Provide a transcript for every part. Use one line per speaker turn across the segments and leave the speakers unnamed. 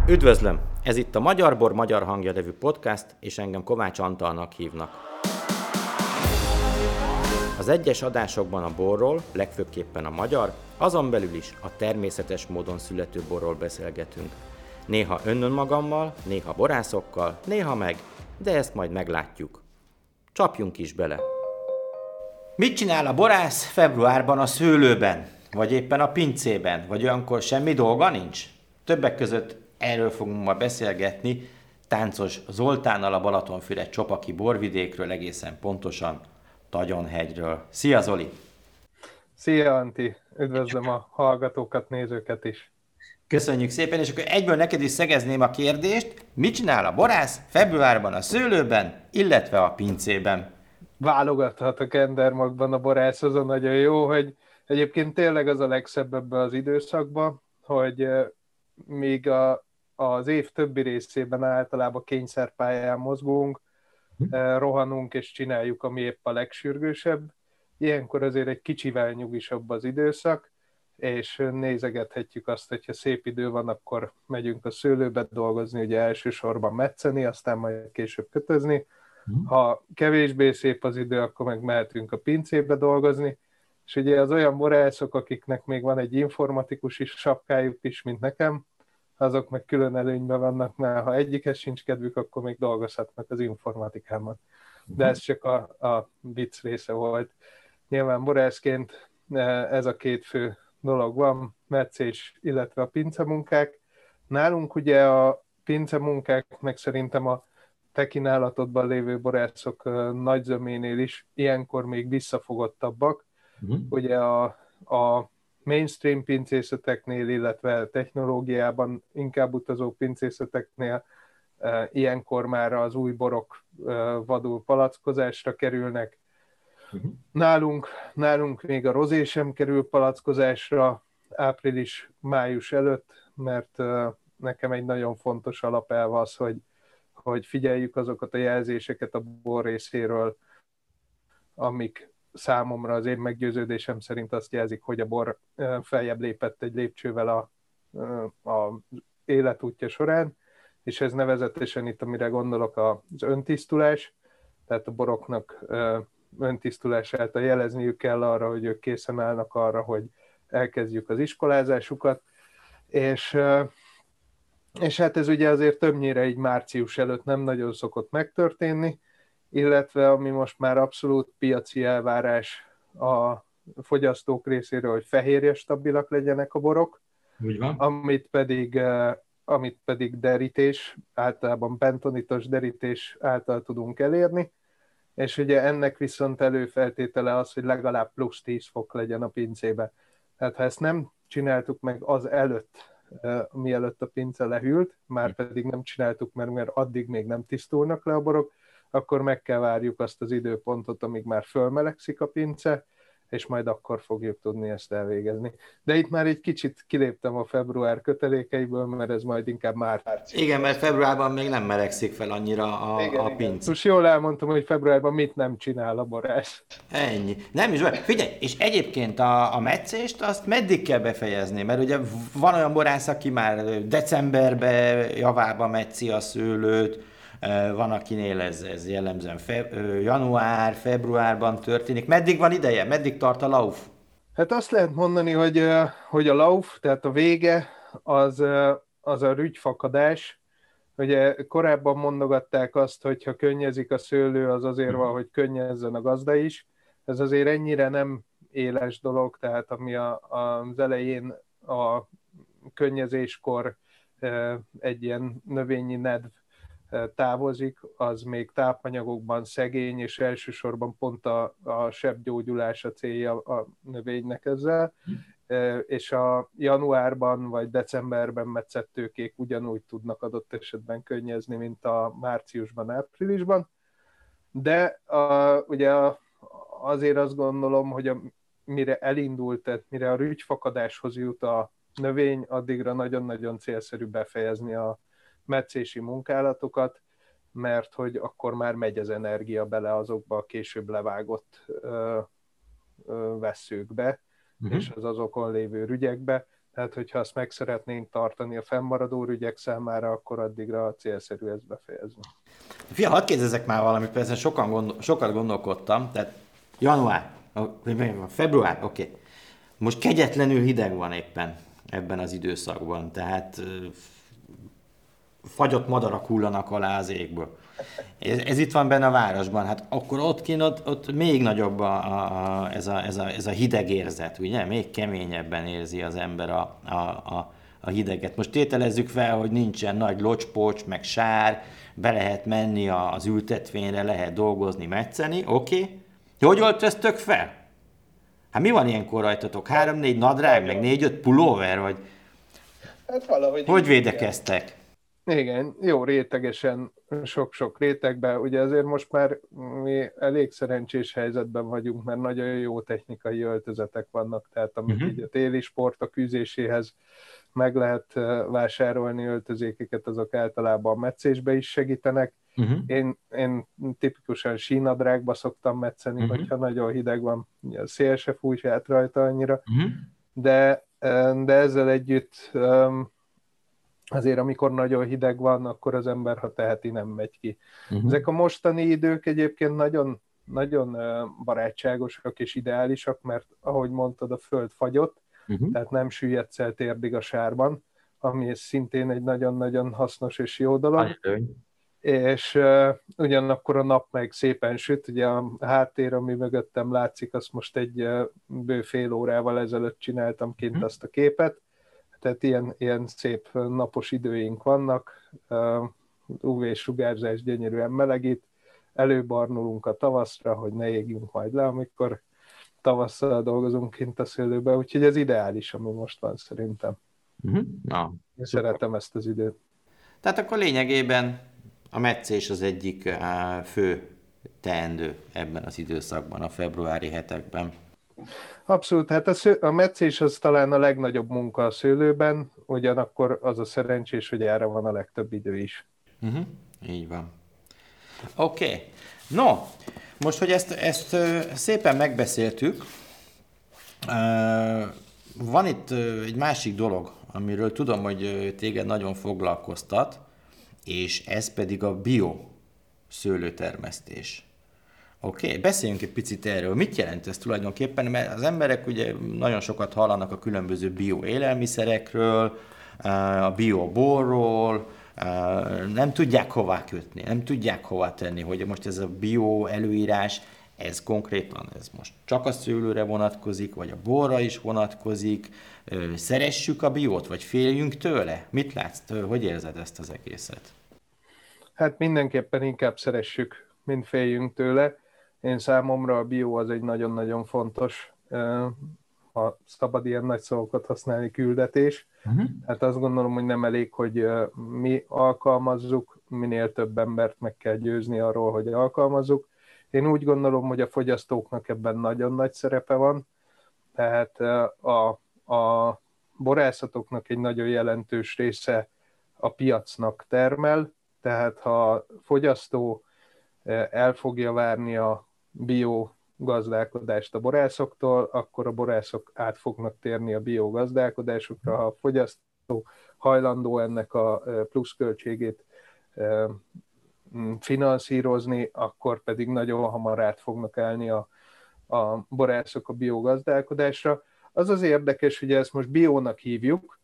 Üdvözlöm! Ez itt a Magyar Bor Magyar Hangja nevű podcast, és engem Kovács Antalnak hívnak. Az egyes adásokban a borról, legfőképpen a magyar, azon belül is a természetes módon születő borról beszélgetünk. Néha önmagammal, néha borászokkal, néha meg, de ezt majd meglátjuk. Csapjunk is bele! Mit csinál a borász februárban a szőlőben? Vagy éppen a pincében? Vagy olyankor semmi dolga nincs? Többek között erről fogunk ma beszélgetni Táncos Zoltánnal, a Balatonfüred Csopaki borvidékről, egészen pontosan Tagyonhegyről. Szia Zoli!
Szia Anti! Üdvözlöm a hallgatókat, nézőket is!
Köszönjük szépen, és akkor egyből neked is szegezném a kérdést, mit csinál a borász februárban a szőlőben, illetve a pincében?
Válogathat a kendermagban a borász, az a nagyon jó, hogy egyébként tényleg az a legszebb ebben az időszakban, hogy míg az év többi részében általában kényszerpályán mozgunk, rohanunk és csináljuk, ami épp a legsürgősebb. Ilyenkor azért egy kicsivel nyugisabb az időszak, és nézegethetjük azt, hogyha szép idő van, akkor megyünk a szőlőbe dolgozni, ugye elsősorban metszeni, aztán majd később kötözni. Ha kevésbé szép az idő, akkor meg mehetünk a pincébe dolgozni, és ugye az olyan borászok, akiknek még van egy informatikus is sapkájuk is, mint nekem, azok meg külön előnyben vannak, mert ha egyikhez sincs kedvük, akkor még dolgozhatnak az informatikában. De ez csak a vicc része volt. Nyilván borászként ez a két fő dolog van, metszés, illetve a pincemunkák. Nálunk ugye a pincemunkák, meg szerintem a te kínálatodban lévő borászok nagy zöménél is ilyenkor még visszafogottabbak. Ugye a mainstream pincészeteknél, illetve technológiában inkább utazó pincészeteknél ilyenkor már az új borok vadul palackozásra kerülnek. Nálunk még a rozé sem kerül palackozásra április-május előtt, mert nekem egy nagyon fontos alapelv az, hogy figyeljük azokat a jelzéseket a bor részéről, amik számomra az én meggyőződésem szerint azt jelzik, hogy a bor feljebb lépett egy lépcsővel a életútja során, és ez nevezetesen itt, amire gondolok, az öntisztulás, tehát a boroknak öntisztulás által jelezniük kell arra, hogy ők készen állnak arra, hogy elkezdjük az iskolázásukat, és hát ez ugye azért többnyire így március előtt nem nagyon szokott megtörténni, illetve ami most már abszolút piaci elvárás a fogyasztók részéről, hogy fehérje stabilak legyenek a borok, amit pedig derítés, általában bentonitos derítés által tudunk elérni, és ugye ennek viszont előfeltétele az, hogy legalább plusz 10 fok legyen a pincébe. Tehát ha ezt nem csináltuk meg az előtt, mielőtt a pince lehűlt, már pedig nem csináltuk, mert addig még nem tisztulnak le a borok, akkor meg kell várjuk azt az időpontot, amíg már fölmelegszik a pince, és majd akkor fogjuk tudni ezt elvégezni. De itt már egy kicsit kiléptem a február kötelékeiből, mert ez majd inkább március.
Igen, mert februárban még nem melegszik fel annyira a pince.
Most jól elmondtam, hogy februárban mit nem csinál a borász.
Ennyi. Nem is van. Figyelj, és egyébként a metszést azt meddig kell befejezni? Mert ugye van olyan borász, aki már decemberben javába metszi a szőlőt, van akinél ez jellemzően január, februárban történik. Meddig van ideje? Meddig tart a lauf?
Hát azt lehet mondani, hogy a lauf, tehát a vége, az a rügyfakadás. Ugye korábban mondogatták azt, hogy ha könnyezik a szőlő, az azért van, hogy könnyezzen a gazda is. Ez azért ennyire nem éles dolog, tehát ami az elején a könnyezéskor egy ilyen növényi nedv távozik, az még tápanyagokban szegény, és elsősorban pont a sebgyógyulás a célja a növénynek ezzel, és a januárban vagy decemberben metszett tőkék ugyanúgy tudnak adott esetben könnyezni, mint a márciusban, áprilisban, de ugye azért azt gondolom, hogy mire elindult, tehát mire a rügyfakadáshoz jut a növény, addigra nagyon-nagyon célszerű befejezni a metszési munkálatokat, mert hogy akkor már megy az energia bele azokba a később levágott vesszőkbe, és az azokon lévő rügyekbe. Tehát, hogyha azt meg szeretnénk tartani a fennmaradó ürügyek számára, akkor addigra célszerű ezt befejezni.
Fia, hadd kérdezzek már valamit, persze sokat gondolkodtam, tehát január, február, oké. Most kegyetlenül hideg van éppen ebben az időszakban, tehát fagyott madarak hullanak alá az égből. Ez itt van benne a városban, hát akkor ott kint, ott még nagyobb ez a hideg érzet, ugye? Még keményebben érzi az ember a hideget. Most tételezzük fel, hogy nincsen nagy locspocs, meg sár, be lehet menni az ültetvényre, lehet dolgozni, metszeni, oké? Hogy öltöztök fel? Hát mi van ilyenkor rajtatok? 3-4 nadrág, meg 4-5 pulóver, vagy
Hát valahogy
hogy védekeztek?
Igen, jó rétegesen, sok-sok rétegben. Ugye azért most már mi elég szerencsés helyzetben vagyunk, mert nagyon jó technikai öltözetek vannak, tehát amit így a téli sportok űzéséhez meg lehet vásárolni öltözékeket, azok általában a metszésbe is segítenek. Én tipikusan sínadrágba szoktam metszeni, hogyha nagyon hideg van, ugye a szél se fújt át rajta annyira, de ezzel együtt azért, amikor nagyon hideg van, akkor az ember, ha teheti, nem megy ki. Ezek a mostani idők egyébként nagyon, nagyon barátságosak és ideálisak, mert ahogy mondtad, a föld fagyott, tehát nem süllyedsz el térdig a sárban, ami szintén egy nagyon-nagyon hasznos és jó dolog. És ugyanakkor a nap meg szépen süt, ugye a háttér, ami mögöttem látszik, azt most egy bő fél órával ezelőtt csináltam kint azt a képet, tehát ilyen szép napos időink vannak, UV-sugárzás gyönyörűen melegít, előbarnulunk a tavaszra, hogy ne égjünk majd le, amikor tavasszal dolgozunk kint a szőlőbe, úgyhogy ez ideális, ami most van szerintem. Én szeretem ezt az időt.
Tehát akkor lényegében a metszés az egyik fő teendő ebben az időszakban, a februári hetekben.
Abszolút, hát a metszés az talán a legnagyobb munka a szőlőben, ugyanakkor az a szerencsés, hogy erre van a legtöbb idő is.
Így van. Oké. No, most, hogy ezt szépen megbeszéltük, van itt egy másik dolog, amiről tudom, hogy téged nagyon foglalkoztat, és ez pedig a bio szőlőtermesztés. Oké, beszéljünk egy picit erről. Mit jelent ez tulajdonképpen? Mert az emberek ugye nagyon sokat hallanak a különböző bio élelmiszerekről, a bio borról, nem tudják hová kötni, nem tudják hova tenni, hogy most ez a bio előírás, ez konkrétan, ez most csak a szőlőre vonatkozik, vagy a borra is vonatkozik. Szeressük a biót, vagy féljünk tőle? Mit látsz? Hogy érzed ezt az egészet?
Hát mindenképpen inkább szeressük, mint féljünk tőle. Én számomra a bio az egy nagyon-nagyon fontos, ha szabad ilyen nagy szavakat használni, küldetés. Hát azt gondolom, hogy nem elég, hogy mi alkalmazzuk, minél több embert meg kell győzni arról, hogy alkalmazzuk. Én úgy gondolom, hogy a fogyasztóknak ebben nagyon nagy szerepe van, tehát a borászatoknak egy nagyon jelentős része a piacnak termel, tehát ha a fogyasztó el fogja várni a biogazdálkodást a borászoktól, akkor a borászok át fognak térni a biogazdálkodásokra. Ha a fogyasztó hajlandó ennek a pluszköltségét finanszírozni, akkor pedig nagyon hamar át fognak állni a borászok a biogazdálkodásra. Az az érdekes, hogy ezt most biónak hívjuk,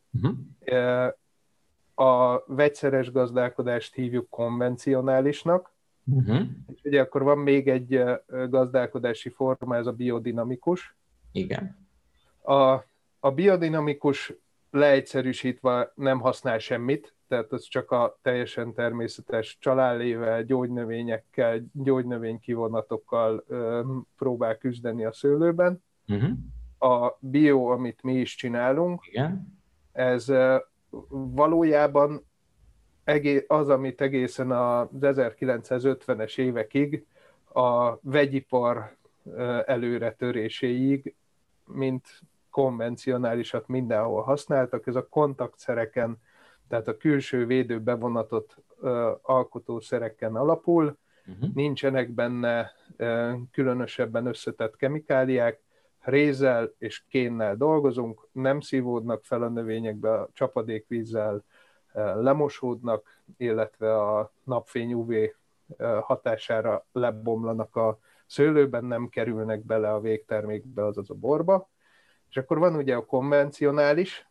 a vegyszeres gazdálkodást hívjuk konvencionálisnak, és ugye akkor van még egy gazdálkodási forma, ez a biodinamikus.
Igen.
A biodinamikus leegyszerűsítve nem használ semmit, tehát az csak a teljesen természetes csalállével, gyógynövényekkel, gyógynövénykivonatokkal próbál küzdeni a szőlőben. A bio, amit mi is csinálunk,
Igen.
ez valójában az, amit egészen az 1950-es évekig a vegyipar előretöréséig, mint konvencionálisat mindenhol használtak, ez a kontaktszereken, tehát a külső védő bevonatot alkotószereken alapul, nincsenek benne különösebben összetett kemikáliák, rézzel és kénnel dolgozunk, nem szívódnak fel a növényekbe, a csapadékvízzel lemosódnak, illetve a napfény UV hatására lebomlanak a szőlőben, nem kerülnek bele a végtermékbe, azaz a borba. És akkor van ugye a konvencionális,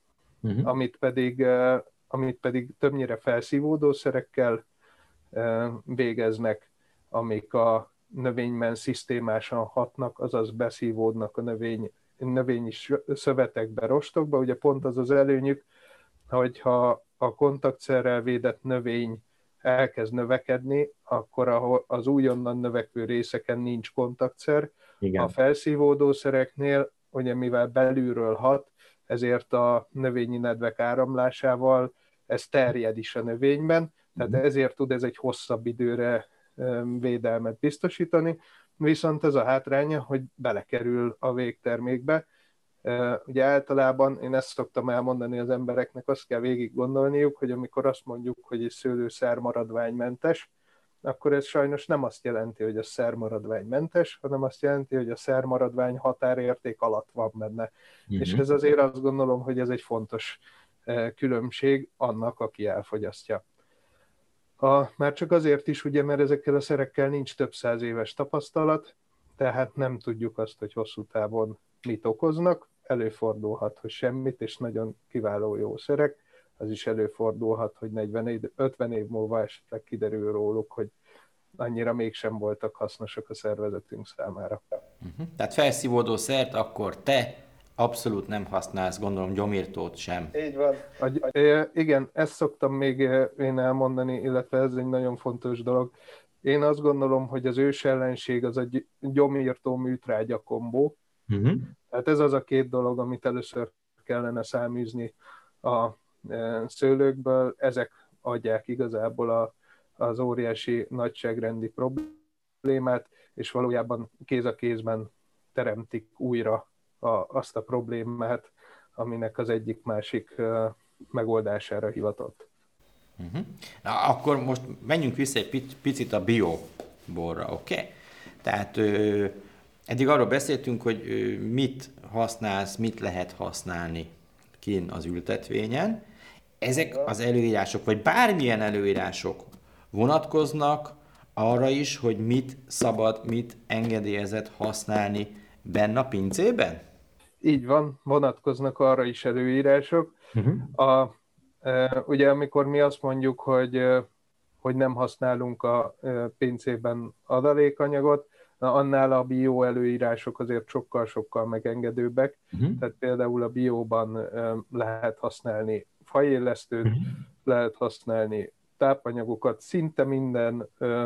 amit pedig többnyire felszívódószerekkel végeznek, amik a növényben szisztémásan hatnak, azaz beszívódnak a növényi szövetekbe, rostokba. Ugye pont az az előnyük, hogyha a kontaktszerrel védett növény elkezd növekedni, akkor az újonnan növekvő részeken nincs kontaktszer.
Igen.
A felszívódószereknél, ugye mivel belülről hat, ezért a növényi nedvek áramlásával ez terjed is a növényben, tehát ezért tud ez egy hosszabb időre védelmet biztosítani, viszont ez a hátránya, hogy belekerül a végtermékbe. Ugye általában én ezt szoktam elmondani az embereknek, azt kell végig gondolniuk, hogy amikor azt mondjuk, hogy egy szőlő szermaradványmentes, akkor ez sajnos nem azt jelenti, hogy a szermaradványmentes, hanem azt jelenti, hogy a szermaradvány határérték alatt van benne. És ez azért azt gondolom, hogy ez egy fontos különbség annak, aki elfogyasztja. Már csak azért is, ugye, mert ezekkel a szerekkel nincs több 100 éves tapasztalat, tehát nem tudjuk azt, hogy hosszú távon mit okoznak. Előfordulhat, hogy semmit, és nagyon kiváló jó szerek. Az is előfordulhat, hogy 40-50 év múlva esetleg kiderül róluk, hogy annyira mégsem voltak hasznosak a szervezetünk számára.
Tehát felszívódó szert akkor te abszolút nem használsz, gondolom gyomírtót sem.
Így van. Igen, ezt szoktam még én elmondani, illetve ez egy nagyon fontos dolog. Én azt gondolom, hogy az ősellenség az egy gyomírtó műtrágya kombó. Tehát ez az a két dolog, amit először kellene száműzni a szőlőkből. Ezek adják igazából az óriási nagyságrendi problémát, és valójában kéz a kézben teremtik újra azt a problémát, aminek az egyik-másik megoldására hivatott.
Na, akkor most menjünk vissza egy picit a bioborra, oké? Okay? Tehát eddig arról beszéltünk, hogy mit használsz, mit lehet használni kint az ültetvényen. Ezek az előírások, vagy bármilyen előírások vonatkoznak arra is, hogy mit szabad, mit engedélyezett használni benne a pincében?
Így van, vonatkoznak arra is előírások. Ugye amikor mi azt mondjuk, hogy nem használunk a pincében adalékanyagot, annál a bio előírások azért sokkal-sokkal megengedőbbek. Tehát például a bióban lehet használni fajéllesztőt, lehet használni tápanyagokat, szinte minden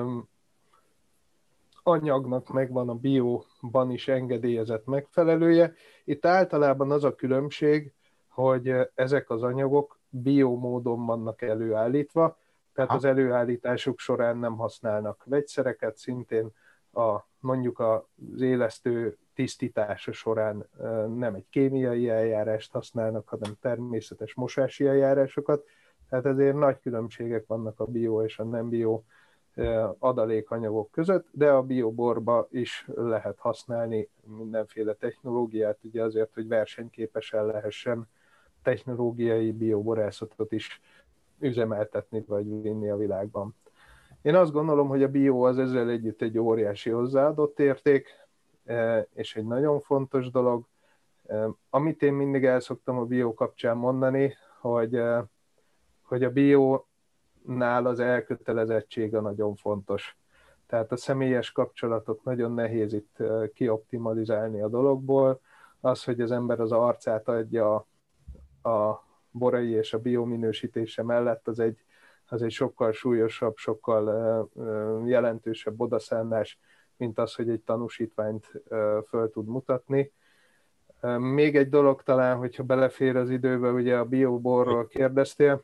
anyagnak megvan a bióban is engedélyezett megfelelője. Itt általában az a különbség, hogy ezek az anyagok biomódon vannak előállítva, tehát az előállításuk során nem használnak vegyszereket, szintén mondjuk az élesztő tisztítása során nem egy kémiai eljárást használnak, hanem természetes mosási eljárásokat, tehát ezért nagy különbségek vannak a bio és a nem bio adalékanyagok között, de a bioborba is lehet használni mindenféle technológiát, ugye azért, hogy versenyképesen lehessen technológiai bioborászatot is üzemeltetni vagy vinni a világban. Én azt gondolom, hogy a bio az ezzel együtt egy óriási hozzáadott érték, és egy nagyon fontos dolog. Amit én mindig el szoktam a bio kapcsán mondani, hogy a bionál az elkötelezettsége nagyon fontos. Tehát a személyes kapcsolatot nagyon nehéz itt kioptimalizálni a dologból. Az, hogy az ember az arcát adja a borai és a biominősítése mellett, az egy sokkal súlyosabb, sokkal jelentősebb odaszállás, mint az, hogy egy tanúsítványt föl tud mutatni. Még egy dolog talán, hogyha belefér az időbe, ugye a bioborról kérdeztél,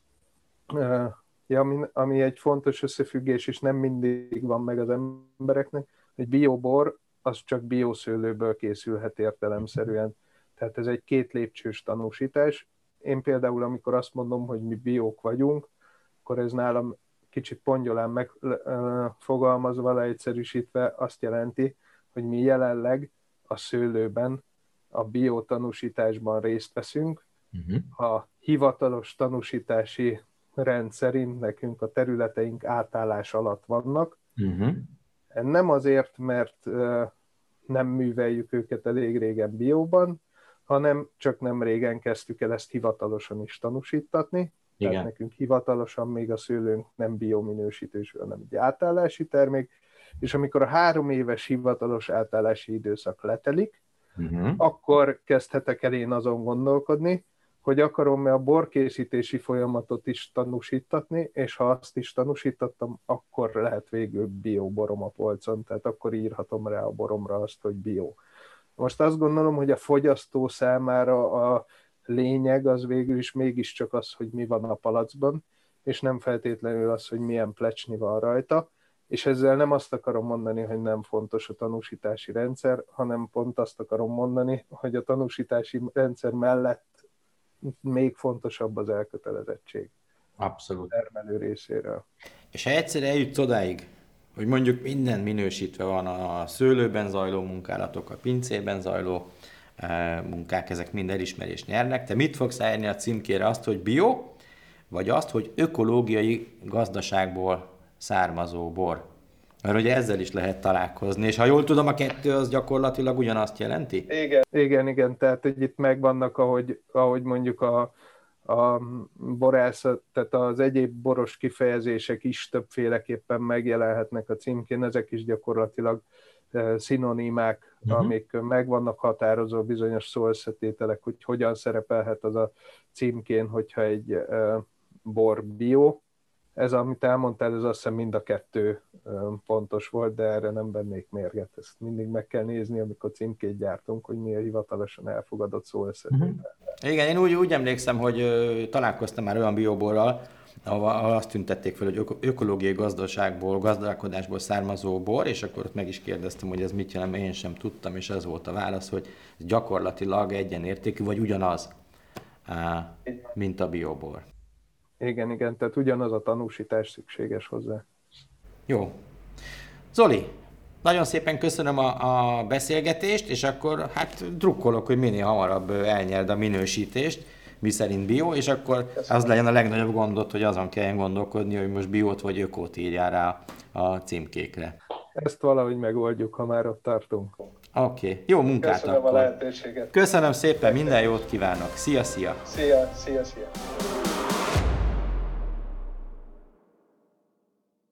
ami egy fontos összefüggés, és nem mindig van meg az embereknek, hogy biobor az csak bioszőlőből készülhet értelemszerűen. Tehát ez egy 2 lépcsős tanúsítás. Én például, amikor azt mondom, hogy mi biók vagyunk, akkor ez nálam kicsit pongyolán megfogalmazva, leegyszerűsítve azt jelenti, hogy mi jelenleg a szőlőben a biotanúsításban részt veszünk. A hivatalos tanúsítási rendszerint nekünk a területeink átállás alatt vannak. Nem azért, mert nem műveljük őket elég régen bióban, hanem csak nem régen kezdtük el ezt hivatalosan is tanúsítatni. Tehát nekünk hivatalosan még a szőlőnk nem biominősítős, hanem egy átállási termék, és amikor a 3 éves hivatalos átállási időszak letelik, akkor kezdhetek el én azon gondolkodni, hogy akarom-e a borkészítési folyamatot is tanúsítatni, és ha azt is tanúsítattam, akkor lehet végül bioborom a polcon, tehát akkor írhatom rá a boromra azt, hogy bio. Most azt gondolom, hogy a fogyasztó számára a lényeg az végül is mégiscsak az, hogy mi van a palacban, és nem feltétlenül az, hogy milyen plecsni van rajta, és ezzel nem azt akarom mondani, hogy nem fontos a tanúsítási rendszer, hanem pont azt akarom mondani, hogy a tanúsítási rendszer mellett még fontosabb az elkötelezettség.
Abszolút.
Termelő részéről.
És ha egyszer eljutsz odáig, hogy mondjuk minden minősítve van, a szőlőben zajló munkálatok, a pincében zajló munkák, ezek mind elismerést nyernek, te mit fogsz írni a címkére, azt, hogy bio, vagy azt, hogy ökológiai gazdaságból származó bor? Mert ugye ezzel is lehet találkozni, és ha jól tudom, a kettő az gyakorlatilag ugyanazt jelenti?
Igen, tehát hogy itt megvannak, ahogy mondjuk a borászat, tehát az egyéb boros kifejezések is többféleképpen megjelenhetnek a címkén, ezek is gyakorlatilag szinonimák, amik meg vannak határozó bizonyos szóösszetételek, hogy hogyan szerepelhet az a címkén, hogyha egy bor bio. Ez, amit elmondtál, ez azt hiszem mind a kettő pontos volt, de erre nem vennék mérget. Ezt mindig meg kell nézni, amikor címkét gyártunk, hogy mi a hivatalosan elfogadott szóösszetétel.
Igen, én úgy emlékszem, hogy találkoztam már olyan bioborral, ahol azt tüntették fel, hogy ökológiai gazdálkodásból származó bor, és akkor ott meg is kérdeztem, hogy ez mit jelent, én sem tudtam, és ez volt a válasz, hogy gyakorlatilag egyenértékű, vagy ugyanaz, mint a biobor.
Igen, tehát ugyanaz a tanúsítás szükséges hozzá.
Jó. Zoli, nagyon szépen köszönöm a beszélgetést, és akkor hát drukkolok, hogy minél hamarabb elnyerd a minősítést, miszerint bio, és akkor az legyen a legnagyobb gondot, hogy azon kelljen gondolkodni, hogy most biót vagy ökót írjál rá a címkékre.
Ezt valahogy megoldjuk, ha már ott tartunk.
Oké. Jó munkát
Köszönöm
akkor.
a lehetőséget.
Köszönöm szépen, minden jót kívánok. Szia!
Szia!